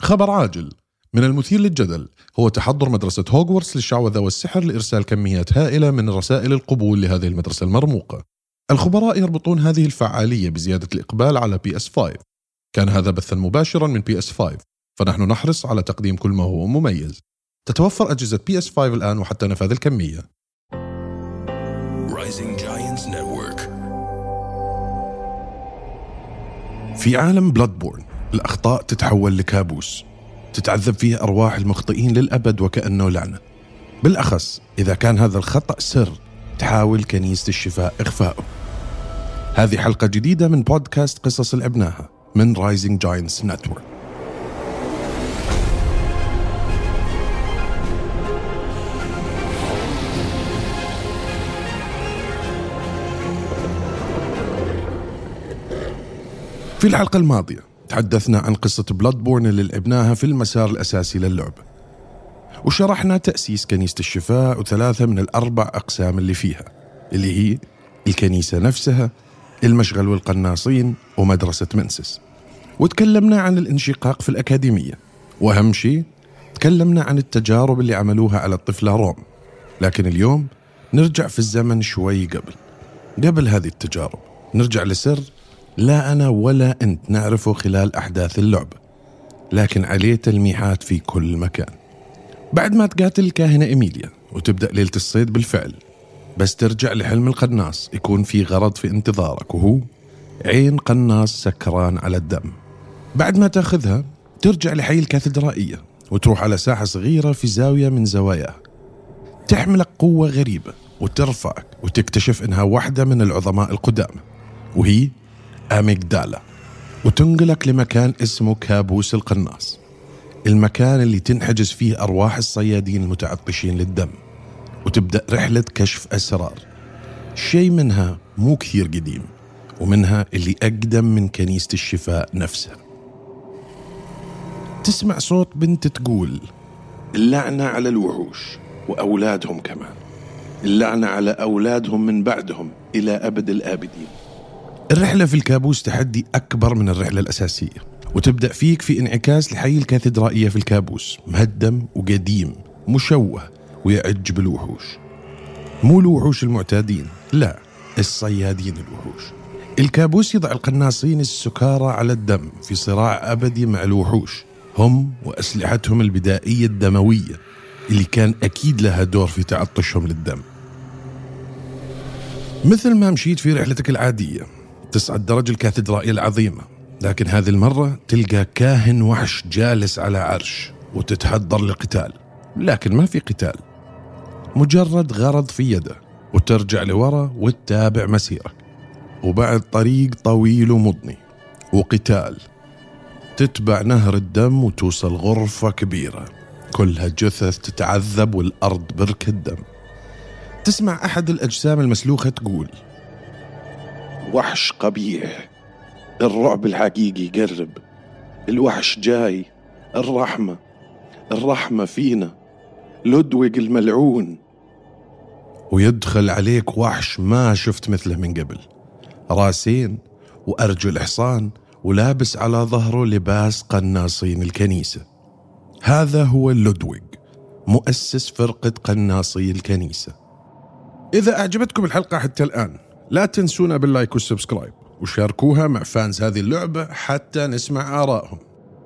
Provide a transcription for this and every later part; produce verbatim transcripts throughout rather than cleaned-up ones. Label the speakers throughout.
Speaker 1: خبر عاجل من المثير للجدل هو تحضر مدرسة هوغورتس للشعوذة والسحر لإرسال كميات هائلة من رسائل القبول لهذه المدرسة المرموقة. الخبراء يربطون هذه الفعالية بزيادة الإقبال على بي إس خمسة. كان هذا بثا مباشرا من بي إس خمسة، فنحن نحرص على تقديم كل ما هو مميز. تتوفر أجهزة بي إس خمسة الآن وحتى نفاذ الكمية.
Speaker 2: Rising Giants Network.
Speaker 1: في عالم بلادبورن الأخطاء تتحول لكابوس تتعذب فيه أرواح المخطئين للأبد وكأنه لعنة، بالأخص إذا كان هذا الخطأ سر تحاول كنيسة الشفاء إخفاؤه. هذه حلقة جديدة من بودكاست قصص العبناها من Rising Giants Network. في الحلقة الماضية تحدثنا عن قصة بلادبورن اللي لعبناها في المسار الأساسي للعبة، وشرحنا تأسيس كنيسة الشفاء وثلاثة من الأربع أقسام اللي فيها، اللي هي الكنيسة نفسها، المشغل والقناصين، ومدرسة منسس. وتكلمنا عن الانشقاق في الأكاديمية، وأهم شيء تكلمنا عن التجارب اللي عملوها على الطفلة روم. لكن اليوم نرجع في الزمن شوي قبل قبل هذه التجارب، نرجع لسر لا أنا ولا أنت نعرفه خلال أحداث اللعبة، لكن عليه تلميحات في كل مكان. بعد ما تقاتل الكاهنة إيميليا وتبدأ ليلة الصيد بالفعل، بس ترجع لحلم القناص يكون في غرض في انتظارك، وهو عين قناص سكران على الدم. بعد ما تاخذها ترجع لحي الكاتدرائية وتروح على ساحة صغيرة في زاوية من زواياها، تحملك قوة غريبة وترفعك وتكتشف إنها واحدة من العظماء القدامى، وهي أميغدالا، وتنقلك لمكان اسمه كابوس القناص، المكان اللي تنحجز فيه أرواح الصيادين المتعطشين للدم، وتبدأ رحلة كشف أسرار، شيء منها مو كثير قديم، ومنها اللي أقدم من كنيسة الشفاء نفسها. تسمع صوت بنت تقول: اللعنة على الوحوش وأولادهم كمان، اللعنة على أولادهم من بعدهم إلى أبد الآبدين. الرحلة في الكابوس تحدي أكبر من الرحلة الأساسية، وتبدأ فيك في انعكاس لحي الكاتدرائية في الكابوس، مهدم وقديم مشوه ويعج بالوحوش. مو الوحوش المعتادين، لا، الصيادين الوحوش. الكابوس يضع القناصين السكارى على الدم في صراع أبدي مع الوحوش، هم وأسلحتهم البدائية الدموية اللي كان أكيد لها دور في تعطشهم للدم. مثل ما مشيت في رحلتك العادية تصعد درج الكاتدرائية العظيمة، لكن هذه المرة تلقى كاهن وحش جالس على عرش وتتحضر للقتال، لكن ما في قتال، مجرد غرض في يده، وترجع لورا وتتابع مسيرك. وبعد طريق طويل ومضني وقتال تتبع نهر الدم وتوصل غرفة كبيرة كلها جثث تتعذب والأرض بركة دم. تسمع أحد الأجسام المسلوخة تقول: وحش قبيح، الرعب الحقيقي قرب، الوحش جاي، الرحمة الرحمة فينا، لودويغ الملعون. ويدخل عليك وحش ما شفت مثله من قبل، راسين وأرجل حصان، ولابس على ظهره لباس قناصين الكنيسة. هذا هو لودويغ، مؤسس فرقة قناصي الكنيسة. إذا أعجبتكم الحلقة حتى الآن لا تنسونا باللايك والسبسكرايب، وشاركوها مع فانز هذه اللعبة حتى نسمع آرائهم.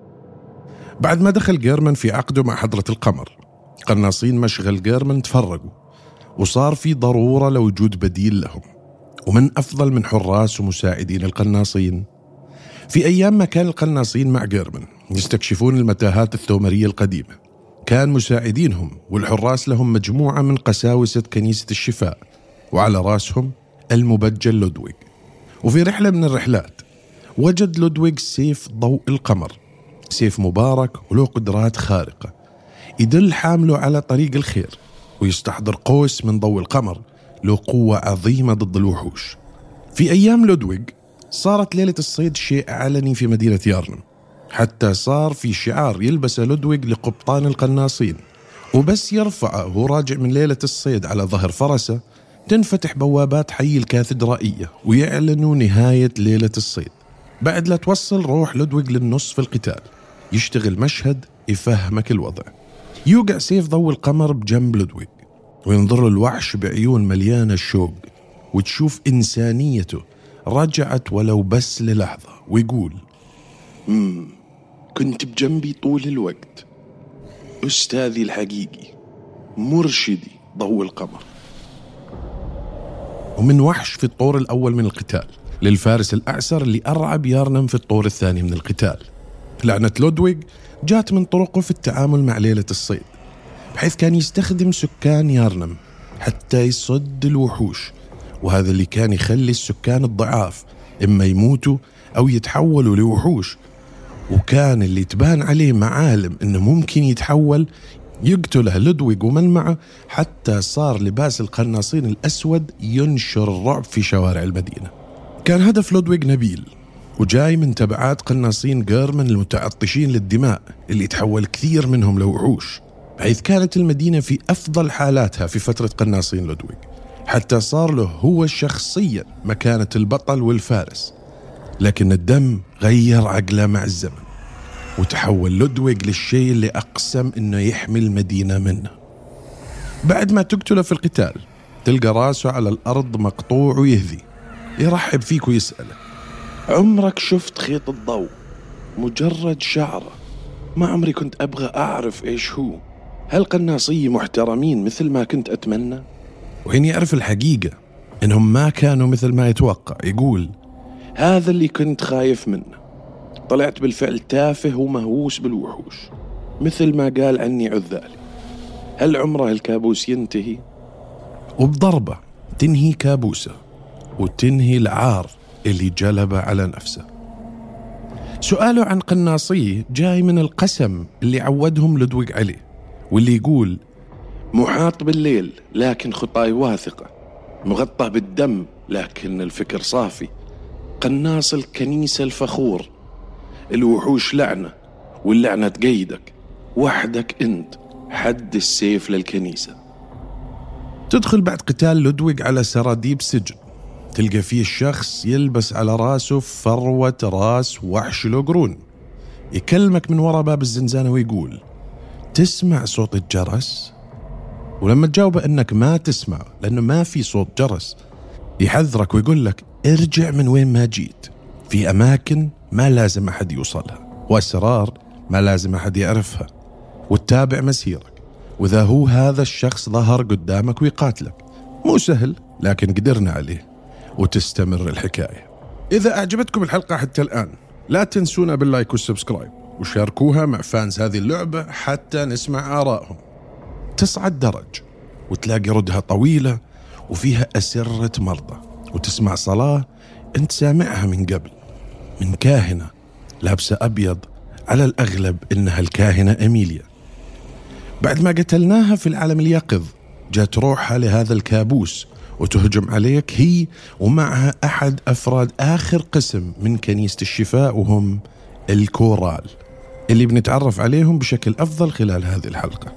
Speaker 1: بعد ما دخل جيرمان في عقده مع حضرة القمر، قناصين مشغل جيرمان تفرقوا، وصار في ضرورة لوجود بديل لهم. ومن أفضل من حراس ومساعدين القناصين. في أيام ما كان القناصين مع جيرمان يستكشفون المتاهات الثومرية القديمة، كان مساعدينهم والحراس لهم مجموعة من قساوسة كنيسة الشفاء، وعلى رأسهم المبجل لودويغ. وفي رحلة من الرحلات وجد لودويغ سيف ضوء القمر، سيف مبارك وله قدرات خارقة، يدل حامله على طريق الخير، ويستحضر قوس من ضوء القمر له قوة عظيمة ضد الوحوش. في أيام لودويغ صارت ليلة الصيد شيء علني في مدينة يارنم، حتى صار في شعار يلبسه لودويغ لقبطان القناصين، وبس يرفعه وهو راجع من ليلة الصيد على ظهر فرسه تنفتح بوابات حي الكاتدرائية ويعلنوا نهاية ليلة الصيد. بعد لا توصل روح لودويغ للنص في القتال، يشتغل مشهد يفهمك الوضع. يوقع سيف ضوء القمر بجنب لودويغ وينظر الوحش بعيون مليانة الشوق، وتشوف إنسانيته رجعت ولو بس للحظة، ويقول مم كنت بجنبي طول الوقت، أستاذي الحقيقي، مرشدي ضوء القمر. ومن وحش في الطور الأول من القتال للفارس الأعسر اللي أرعب يارنم في الطور الثاني من القتال. لعنة لودويغ جات من طرقه في التعامل مع ليلة الصيد، بحيث كان يستخدم سكان يارنم حتى يصد الوحوش، وهذا اللي كان يخلي السكان الضعاف إما يموتوا أو يتحولوا لوحوش. وكان اللي تبان عليه معالم إنه ممكن يتحول يقتله لودويغ ومن معه، حتى صار لباس القناصين الأسود ينشر الرعب في شوارع المدينة. كان هدف لودويغ نبيل وجاي من تبعات قناصين جيرمن المتعطشين للدماء اللي تحول كثير منهم لوحوش، بحيث كانت المدينة في أفضل حالاتها في فترة قناصين لودويغ، حتى صار له هو شخصيا مكانة البطل والفارس. لكن الدم غير عقله مع الزمن، وتحول لودويغ للشيء اللي أقسم إنه يحمي المدينة منه. بعد ما تقتله في القتال تلقى راسه على الأرض مقطوع ويهذي، يرحب فيك ويسأله عمرك شفت خيط الضوء؟ مجرد شعره، ما عمري كنت أبغى أعرف إيش هو. هل قناصي محترمين مثل ما كنت أتمنى؟ وحين يعرف الحقيقة إنهم ما كانوا مثل ما يتوقع، يقول هذا اللي كنت خايف منه، طلعت بالفعل تافه ومهووس بالوحوش مثل ما قال عني عذالي. هل عمره الكابوس ينتهي؟ وبضربة تنهي كابوسه وتنهي العار اللي جلبه على نفسه. سؤاله عن قناصيه جاي من القسم اللي عودهم لودويغ عليه، واللي يقول محاط بالليل لكن خطاي واثقة، مغطى بالدم لكن الفكر صافي، قناص الكنيسة الفخور، الوحوش لعنة واللعنة تقيدك، وحدك انت حد السيف للكنيسة. تدخل بعد قتال لودويغ على سراديب سجن، تلقى فيه الشخص يلبس على راسه فروة راس وحش له قرون، يكلمك من وراء باب الزنزانة ويقول تسمع صوت الجرس؟ ولما تجاوبه انك ما تسمع لانه ما في صوت جرس، يحذرك ويقول لك ارجع من وين ما جيت، في اماكن ما لازم احد يوصلها، واسرار ما لازم احد يعرفها، وتتابع مسيرك، واذا هو هذا الشخص ظهر قدامك ويقاتلك. مو سهل لكن قدرنا عليه، وتستمر الحكاية. إذا أعجبتكم الحلقة حتى الآن لا تنسونا باللايك والسبسكرايب، وشاركوها مع فانز هذه اللعبة حتى نسمع آرائهم. تصعد درج وتلاقي ردها طويلة وفيها أسرة مرضى، وتسمع صلاة أنت سامعها من قبل من كاهنة لابسة أبيض، على الأغلب إنها الكاهنة أميليا. بعد ما قتلناها في العالم اليقظ جات روحها لهذا الكابوس وتهجم عليك هي ومعها أحد أفراد آخر قسم من كنيسة الشفاء، وهم الكورال اللي بنتعرف عليهم بشكل أفضل خلال هذه الحلقة.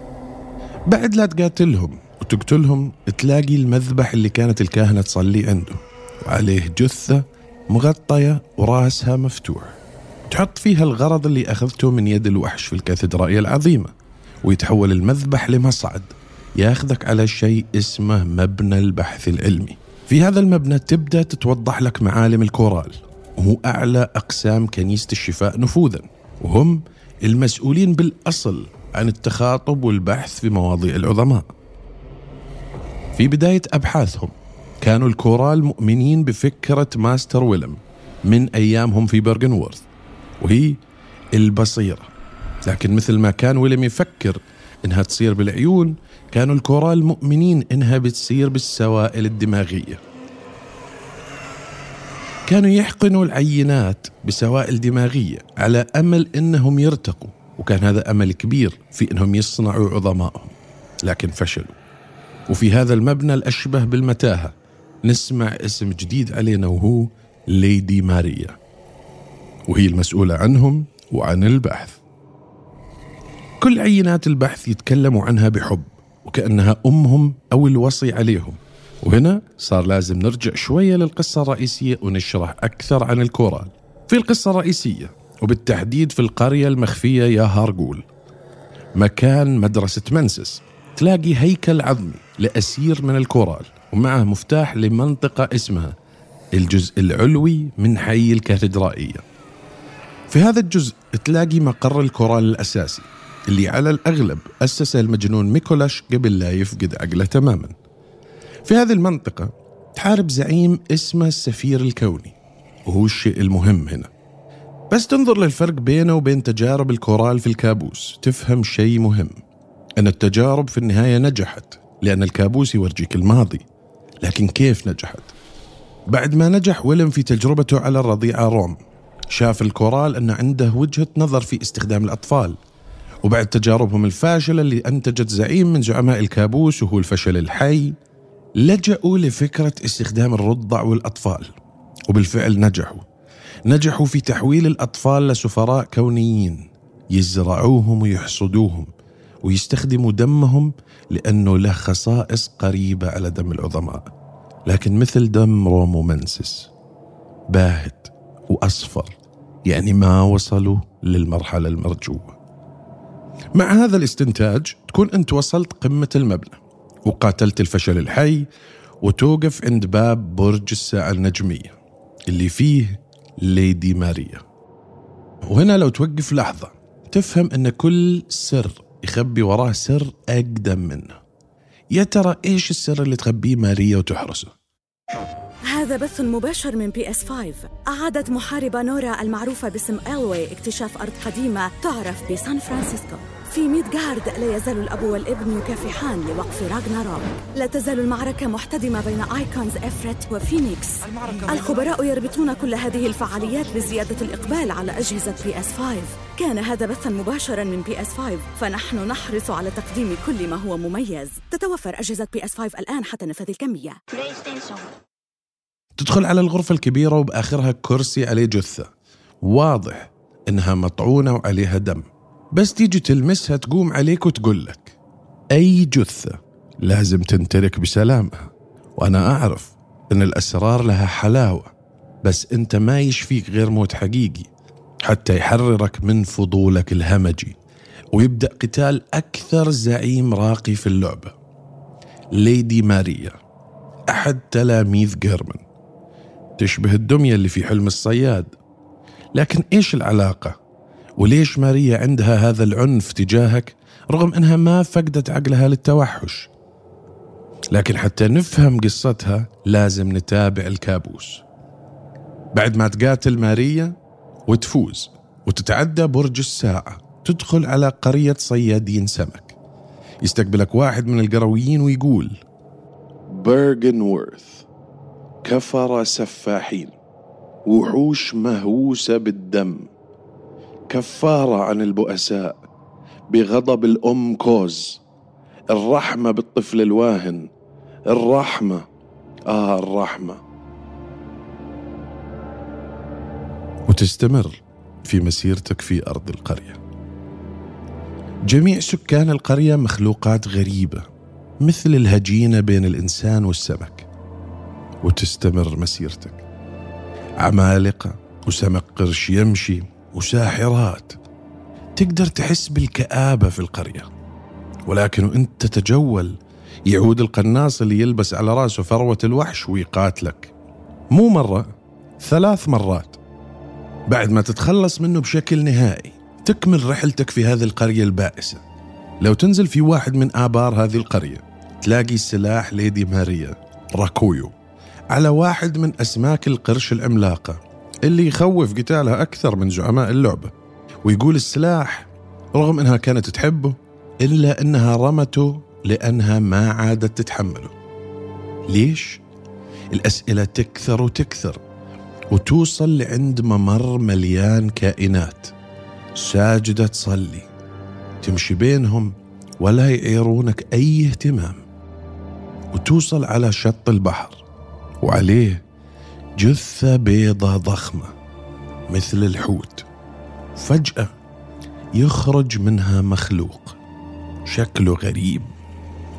Speaker 1: بعد لا تقاتلهم وتقتلهم تلاقي المذبح اللي كانت الكاهنة تصلي عنده، وعليه جثة مغطية وراسها مفتوح، تحط فيها الغرض اللي أخذته من يد الوحش في الكاتدرائية العظيمة، ويتحول المذبح لمصعد ياخذك على شيء اسمه مبنى البحث العلمي. في هذا المبنى تبدأ تتوضح لك معالم الكورال، وهو أعلى أقسام كنيسة الشفاء نفوذا، وهم المسؤولين بالأصل عن التخاطب والبحث في مواضيع العظماء. في بداية أبحاثهم كانوا الكورال مؤمنين بفكرة ماستر ويلم من أيامهم في برغنورث، وهي البصيرة، لكن مثل ما كان ويلم يفكر إنها تصير بالعيون، كانوا الكورال مؤمنين إنها بتصير بالسوائل الدماغية. كانوا يحقنوا العينات بسوائل دماغية على أمل إنهم يرتقوا، وكان هذا أمل كبير في إنهم يصنعوا عظمائهم، لكن فشلوا. وفي هذا المبنى الأشبه بالمتاهة نسمع اسم جديد علينا، وهو ليدي ماريا، وهي المسؤولة عنهم وعن البحث. كل عينات البحث يتكلموا عنها بحب وكأنها أمهم أو الوصي عليهم. وهنا صار لازم نرجع شوية للقصة الرئيسية ونشرح أكثر عن الكورال. في القصة الرئيسية وبالتحديد في القرية المخفية يا هارغول، مكان مدرسة منسس. تلاقي هيكل عظمي لأسير من الكورال، ومعه مفتاح لمنطقة اسمها الجزء العلوي من حي الكاتدرائية. في هذا الجزء تلاقي مقر الكورال الأساسي اللي على الأغلب أسسه المجنون ميكولاش قبل لا يفقد عقله تماما. في هذه المنطقة تحارب زعيم اسمه السفير الكوني، وهو الشيء المهم هنا. بس تنظر للفرق بينه وبين تجارب الكورال في الكابوس تفهم شيء مهم، أن التجارب في النهاية نجحت لأن الكابوس يورجيك الماضي. لكن كيف نجحت؟ بعد ما نجح ويلم في تجربته على الرضيعة روم، شاف الكورال أن عنده وجهة نظر في استخدام الأطفال، وبعد تجاربهم الفاشلة اللي أنتجت زعيم من زعماء الكابوس وهو الفشل الحي، لجأوا لفكرة استخدام الرضع والأطفال، وبالفعل نجحوا نجحوا في تحويل الأطفال لسفراء كونيين يزرعوهم ويحصدوهم ويستخدموا دمهم لأنه له خصائص قريبة على دم العظماء، لكن مثل دم رومو منسس باهت وأصفر، يعني ما وصلوا للمرحلة المرجوة. مع هذا الاستنتاج تكون أنت وصلت قمة المبنى وقاتلت الفشل الحي، وتوقف عند باب برج الساعة النجمية اللي فيه ليدي ماريا. وهنا لو توقف لحظة تفهم أن كل سر يخبي وراه سر أقدم منه. يا ترى إيش السر اللي تخبيه ماريا وتحرسه؟
Speaker 2: هذا بث مباشر من بي اس خمسة. أعادت محاربة نورا المعروفة باسم إلوي اكتشاف أرض قديمة تعرف بسان فرانسيسكو. في ميدغارد لا يزال الأب والابن يكافحان لوقف راغناروك. لا تزال المعركة محتدمة بين آيكونز إفرت وفينيكس. الخبراء يربطون كل هذه الفعاليات بزيادة الإقبال على أجهزة بي اس خمسة. كان هذا بثا مباشرا من بي اس خمسة، فنحن نحرص على تقديم كل ما هو مميز. تتوفر أجهزة بي اس خمسة الآن حتى نفاذ الكمية.
Speaker 1: تدخل على الغرفة الكبيرة وبآخرها كرسي عليه جثة، واضح إنها مطعونة وعليها دم، بس تيجي تلمسها تقوم عليك وتقول لك أي جثة لازم تنترك بسلامها. وأنا أعرف إن الأسرار لها حلاوة، بس أنت ما يشفيك غير موت حقيقي حتى يحررك من فضولك الهمجي، ويبدأ قتال أكثر زعيم راقي في اللعبة، ليدي ماريا، أحد تلاميذ جيرمان. تشبه الدمية اللي في حلم الصياد، لكن إيش العلاقة؟ وليش ماريا عندها هذا العنف تجاهك رغم أنها ما فقدت عقلها للتوحش؟ لكن حتى نفهم قصتها لازم نتابع الكابوس. بعد ما تقاتل ماريا وتفوز وتتعدى برج الساعة، تدخل على قرية صيادين سمك. يستقبلك واحد من القرويين ويقول: بيرغنورث، كفر سفاحين، وحوش مهووسة بالدم، كفارة عن البؤساء، بغضب الأم كوز، الرحمة بالطفل الواهن، الرحمة آه الرحمة. وتستمر في مسيرتك في أرض القرية. جميع سكان القرية مخلوقات غريبة مثل الهجينة بين الإنسان والسمك. وتستمر مسيرتك، عمالقة وسمك قرش يمشي وساحرات. تقدر تحس بالكآبة في القرية، ولكن وانت تتجول يعود القناص اللي يلبس على راسه فروة الوحش ويقاتلك، مو مرة، ثلاث مرات. بعد ما تتخلص منه بشكل نهائي تكمل رحلتك في هذه القرية البائسة. لو تنزل في واحد من آبار هذه القرية تلاقي سلاح ليدي ماريا راكويو على واحد من أسماك القرش العملاقة اللي يخوف قتالها أكثر من زعماء اللعبة. ويقول السلاح رغم أنها كانت تحبه إلا أنها رمته لأنها ما عادت تتحمله. ليش؟ الأسئلة تكثر وتكثر وتوصل لعند ممر مليان كائنات ساجدة تصلي، تمشي بينهم ولا يعيرونك أي اهتمام، وتوصل على شط البحر وعليه جثة بيضة ضخمة مثل الحوت. فجأة يخرج منها مخلوق شكله غريب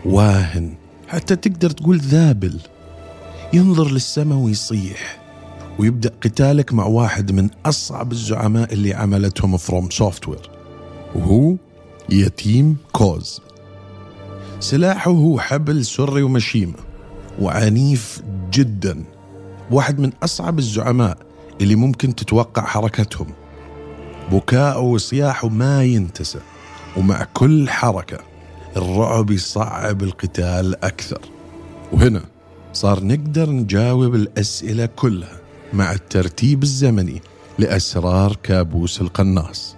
Speaker 1: واهن، حتى تقدر تقول ذابل، ينظر للسماء ويصيح ويبدأ قتالك مع واحد من أصعب الزعماء اللي عملتهم فروم سوفتوير، وهو يتيم كوز. سلاحه هو حبل سري ومشيمة وعنيف جدا، واحد من أصعب الزعماء اللي ممكن تتوقع حركتهم. بكاءه وصياحه ما ينتسى، ومع كل حركة الرعب يصعب القتال أكثر. وهنا صار نقدر نجاوب الأسئلة كلها مع الترتيب الزمني لأسرار كابوس القناص.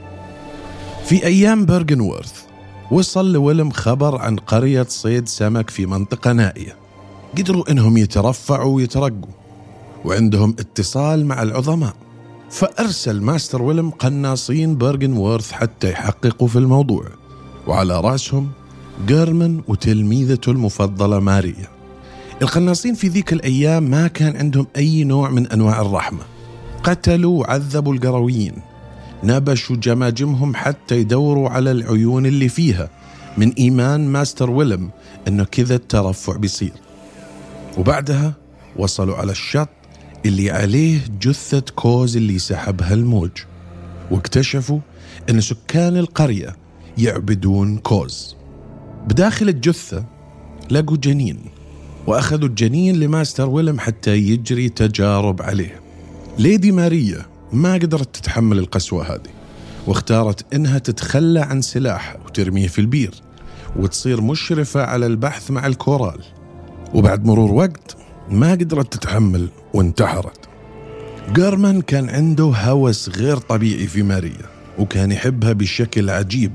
Speaker 1: في أيام بيرغنورث وصل لويلم خبر عن قرية صيد سمك في منطقة نائية، قدروا إنهم يترفعوا ويترقوا وعندهم اتصال مع العظماء، فأرسل ماستر ويلم قناصين بيرغنورث حتى يحققوا في الموضوع، وعلى رأسهم جيرمن وتلميذته المفضلة ماريا. القناصين في ذيك الأيام ما كان عندهم أي نوع من أنواع الرحمة، قتلوا وعذبوا القرويين، نبشوا جماجمهم حتى يدوروا على العيون اللي فيها، من إيمان ماستر ويلم أنه كذا الترفع بيصير. وبعدها وصلوا على الشط اللي عليه جثة كوز اللي سحبها الموج، واكتشفوا أن سكان القرية يعبدون كوز. بداخل الجثة لقوا جنين، وأخذوا الجنين لماستر ويلم حتى يجري تجارب عليه. ليدي ماريا ما قدرت تتحمل القسوة هذه، واختارت إنها تتخلى عن سلاحها وترميه في البير وتصير مشرفة على البحث مع الكورال. وبعد مرور وقت ما قدرت تتحمل وانتحرت. جيرمان كان عنده هوس غير طبيعي في ماريا، وكان يحبها بشكل عجيب،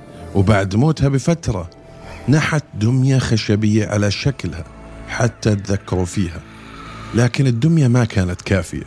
Speaker 1: وبعد موتها بفترة نحت دمية خشبية على شكلها حتى تذكروا فيها، لكن الدمية ما كانت كافية،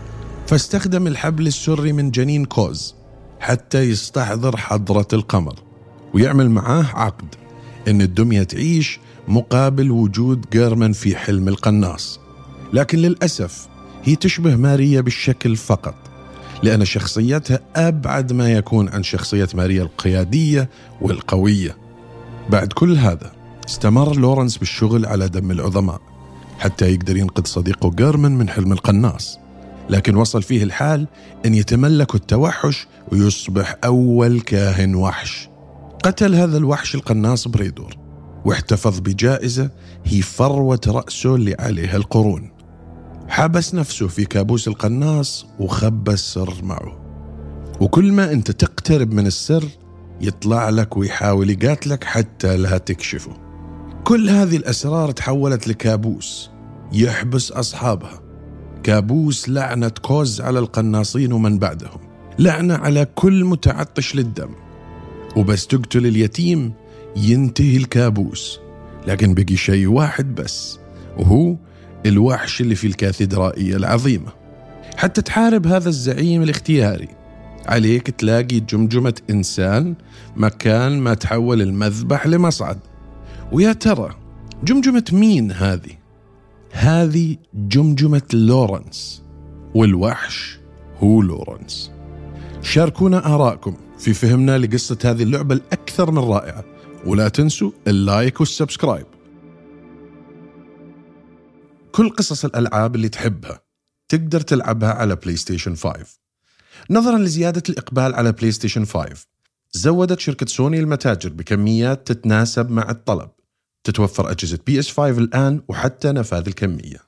Speaker 1: فاستخدم الحبل السري من جنين كوز حتى يستحضر حضرة القمر ويعمل معاه عقد إن الدمية تعيش مقابل وجود جيرمان في حلم القناص. لكن للأسف هي تشبه ماريا بالشكل فقط، لأن شخصيتها أبعد ما يكون عن شخصية ماريا القيادية والقوية. بعد كل هذا استمر لورنس بالشغل على دم العظماء حتى يقدر ينقذ صديقه جيرمان من حلم القناص، لكن وصل فيه الحال أن يتملك التوحش ويصبح أول كاهن وحش. قتل هذا الوحش القناص بريدور، واحتفظ بجائزة هي فروة رأسه اللي عليها القرون. حبس نفسه في كابوس القناص وخبى السر معه، وكل ما أنت تقترب من السر يطلع لك ويحاول يقاتلك حتى لا تكشفه. كل هذه الأسرار تحولت لكابوس يحبس أصحابها، كابوس لعنة كوز على القناصين ومن بعدهم، لعنة على كل متعطش للدم. وبس تقتل اليتيم ينتهي الكابوس، لكن بقي شيء واحد بس، وهو الوحش اللي في الكاتدرائية العظيمة. حتى تحارب هذا الزعيم الاختياري عليك تلاقي جمجمة إنسان مكان ما تحول المذبح لمصعد. ويا ترى جمجمة مين هذه؟ هذه جمجمة لورنس، والوحش هو لورنس. شاركونا آراءكم في فهمنا لقصة هذه اللعبة الأكثر من رائعة، ولا تنسوا اللايك والسبسكرايب. كل قصص الألعاب اللي تحبها تقدر تلعبها على بلاي ستيشن خمسة. نظرا لزيادة الإقبال على بلاي ستيشن خمسة، زودت شركة سوني المتاجر بكميات تتناسب مع الطلب. تتوفر أجهزة بي إس خمسة الآن وحتى نفاذ الكمية.